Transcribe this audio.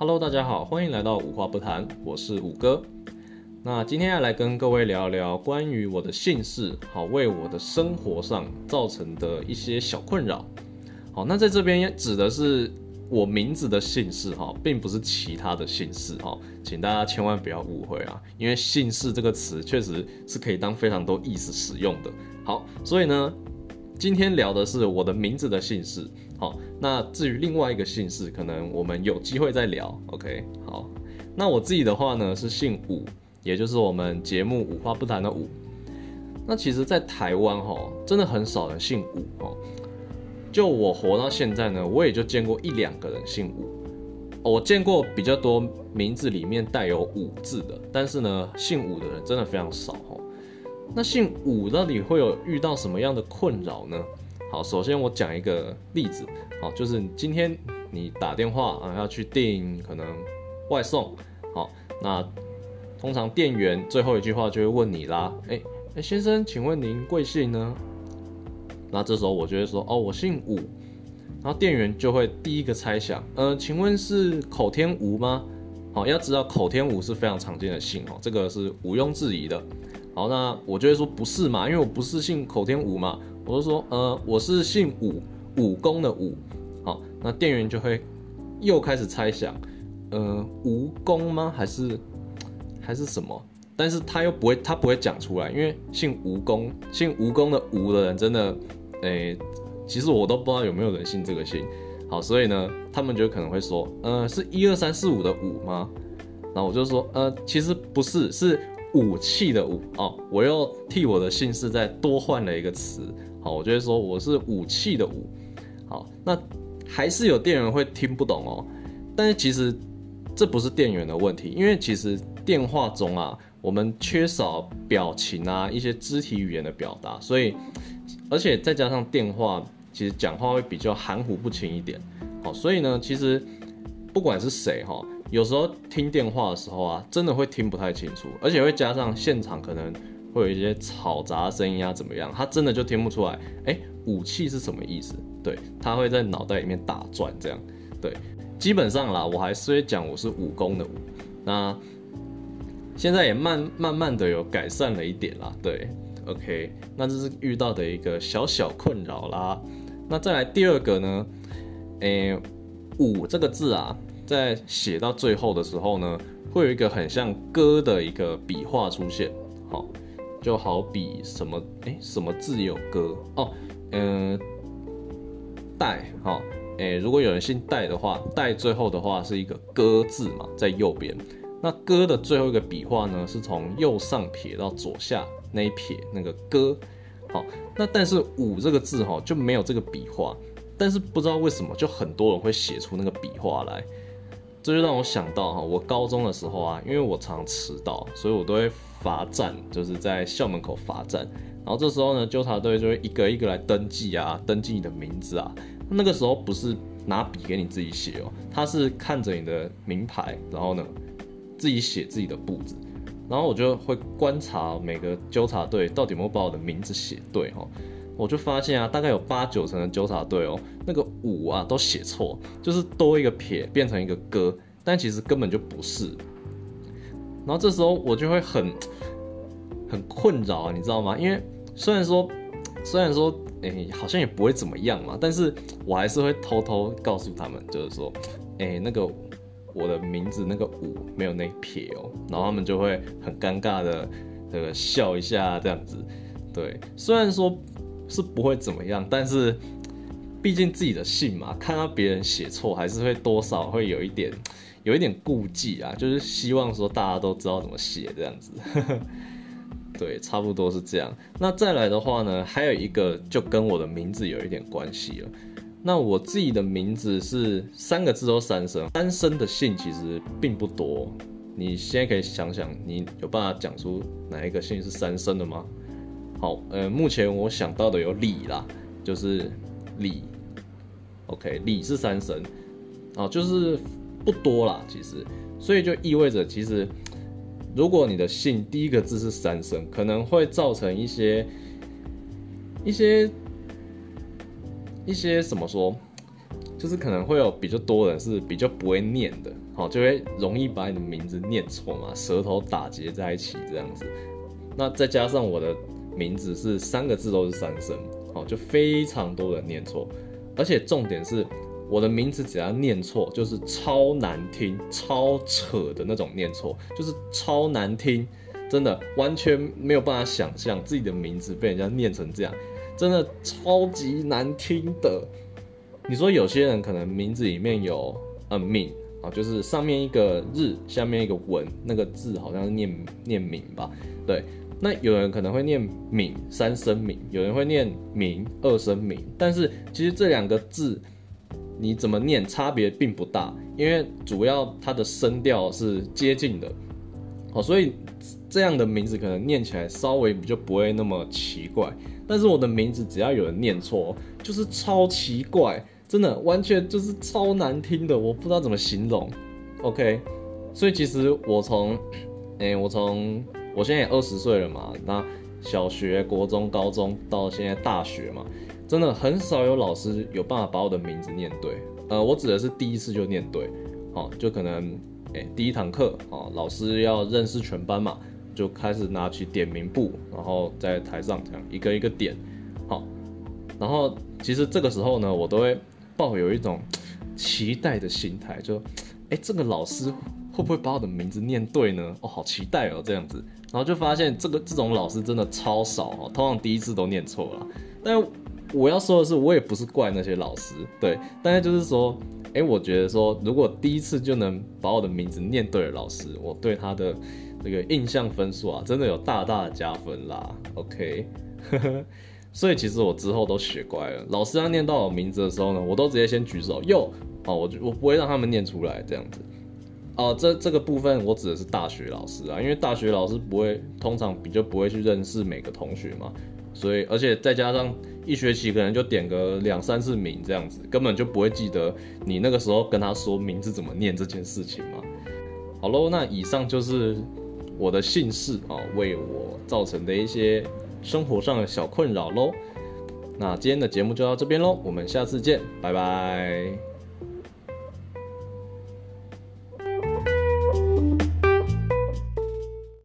Hello， 大家好，欢迎来到五话不谈，我是五哥。那今天要来跟各位聊聊关于我的姓氏，为我的生活上造成的一些小困扰。好，那在这边指的是我名字的姓氏，并不是其他的姓氏，请大家千万不要误会啊，因为姓氏这个词确实是可以当非常多意思使用的。好，所以呢，今天聊的是我的名字的姓氏。好，那至于另外一个姓氏，可能我们有机会再聊。OK， 好，那我自己的话呢是姓武，也就是我们节目五话不谈的武。那其实，在台湾真的很少人姓武。就我活到现在呢，我也就见过一两个人姓武。我见过比较多名字里面带有武字的，但是呢，姓武的人真的非常少。那姓武到底会有遇到什么样的困扰呢？好，首先我讲一个例子，好，就是今天你打电话要去订可能外送，好，那通常店员最后一句话就会问你啦，先生，请问您贵姓呢？那这时候我就会说，我姓武，然后店员就会第一个猜想，请问是口天吴吗？好，要知道口天吴是非常常见的姓，这个是毋庸置疑的。好，那我就会说不是嘛，因为我不是姓口天吴嘛。我就说，我是姓武，武功的武。好，那店员就会又开始猜想，吴功吗？还是什么？但是他不会讲出来，因为姓吴功的吴的人真的，其实我都不知道有没有人姓这个姓。好，所以呢，他们就可能会说，是1 2 3 4 5的武吗？然后我就说，其实不是，是武器的武哦。我又替我的姓氏再多换了一个词。好，我就会说我是武器的武。好，那还是有店员会听不懂哦。但是其实这不是店员的问题，因为其实电话中我们缺少表情一些肢体语言的表达，所以而且再加上电话其实讲话会比较含糊不清一点。好，所以呢，其实不管是谁有时候听电话的时候真的会听不太清楚，而且会加上现场可能会有一些嘈杂声音怎么样，他真的就听不出来，武器是什么意思？对，他会在脑袋里面打转这样。对，基本上啦，我还是会讲我是武功的武。那现在也慢慢的有改善了一点啦。对 ，OK， 那这是遇到的一个小小困扰啦。那再来第二个呢，武这个字在写到最后的时候呢，会有一个很像歌的一个笔画出现。好，就好比什么字有歌戴，如果有人姓戴的话，戴最后的话是一个歌字嘛，在右边。那歌的最后一个笔画呢，是从右上撇到左下那一撇，那个歌。好，那但是武这个字就没有这个笔画，但是不知道为什么，就很多人会写出那个笔画来。这就让我想到我高中的时候因为我常迟到，所以我都会罚站，就是在校门口罚站。然后这时候呢，纠察队就会一个一个来登记登记你的名字那个时候不是拿笔给你自己写他是看着你的名牌，然后呢自己写自己的簿子。然后我就会观察每个纠察队到底有没有把我的名字写对我就发现大概有8、9成的纠察队那个武都写错，就是多一个撇變成一个歌，但其实根本就不是。然后这时候我就会很困扰你知道吗？因为虽然说好像也不会怎么样嘛，但是我还是会偷偷告诉他们，就是说那个我的名字那个武没有那撇然后他们就会很尴尬的笑一下这样子。对，虽然说是不会怎么样，但是毕竟自己的姓嘛，看到别人写错，还是会多少会有一点顾忌就是希望说大家都知道怎么写这样子。对，差不多是这样。那再来的话呢，还有一个就跟我的名字有一点关系了。那我自己的名字是3个字都3声，3声的姓其实并不多。你现在可以想想，你有办法讲出哪一个姓是3声的吗？好，目前我想到的有李啦，就是李 ，OK， 李是3声，就是不多啦，其实，所以就意味着，其实如果你的姓第一个字是3声，可能会造成一些怎么说， 就是可能会有比较多人是比较不会念的，好，就会容易把你的名字念错嘛，舌头打结在一起这样子。那再加上我的名字是3个字都是3声，好，就非常多人念错。而且重点是，我的名字只要念错，就是超难听、超扯的那种念错，就是超难听，真的完全没有办法想象自己的名字被人家念成这样，真的超级难听的。你说有些人可能名字里面有敏啊，就是上面一个日，下面一个文，那个字好像是念敏吧？对，那有人可能会念敏3声敏，有人会念明2声敏，但是其实这2个字你怎么念差别并不大，因为主要它的声调是接近的，好，所以这样的名字可能念起来稍微就不会那么奇怪。但是我的名字只要有人念错，就是超奇怪。真的完全就是超难听的，我不知道怎么形容。OK， 所以其实我现在也20岁了嘛，那小学、国中、高中到现在大学嘛，真的很少有老师有办法把我的名字念对。我指的是第一次就念对，好，就可能第1堂课，老师要认识全班嘛，就开始拿起点名簿，然后在台上这样一个一个点，好，然后其实这个时候呢，我都会抱有一种期待的心态，就这个老师会不会把我的名字念对呢？哦，好期待哦，这样子。然后就发现这种老师真的超少哦，通常第一次都念错了。但我要说的是，我也不是怪那些老师，对，但是就是说，我觉得说，如果第一次就能把我的名字念对的老师，我对他的这个印象分数啊，真的有大大的加分啦。OK， 所以其实我之后都学乖了，老师要念到我名字的时候呢，我都直接先举手，我不会让他们念出来这样子。这个部分我指的是大学老师啊，因为大学老师通常比较不会去认识每个同学嘛，所以而且再加上1学期可能就点个2、3次名这样子，根本就不会记得你那个时候跟他说名字怎么念这件事情嘛。好咯，那以上就是我的姓氏为我造成的一些生活上的小困扰咯。那今天的节目就到这边咯，我们下次见，拜拜。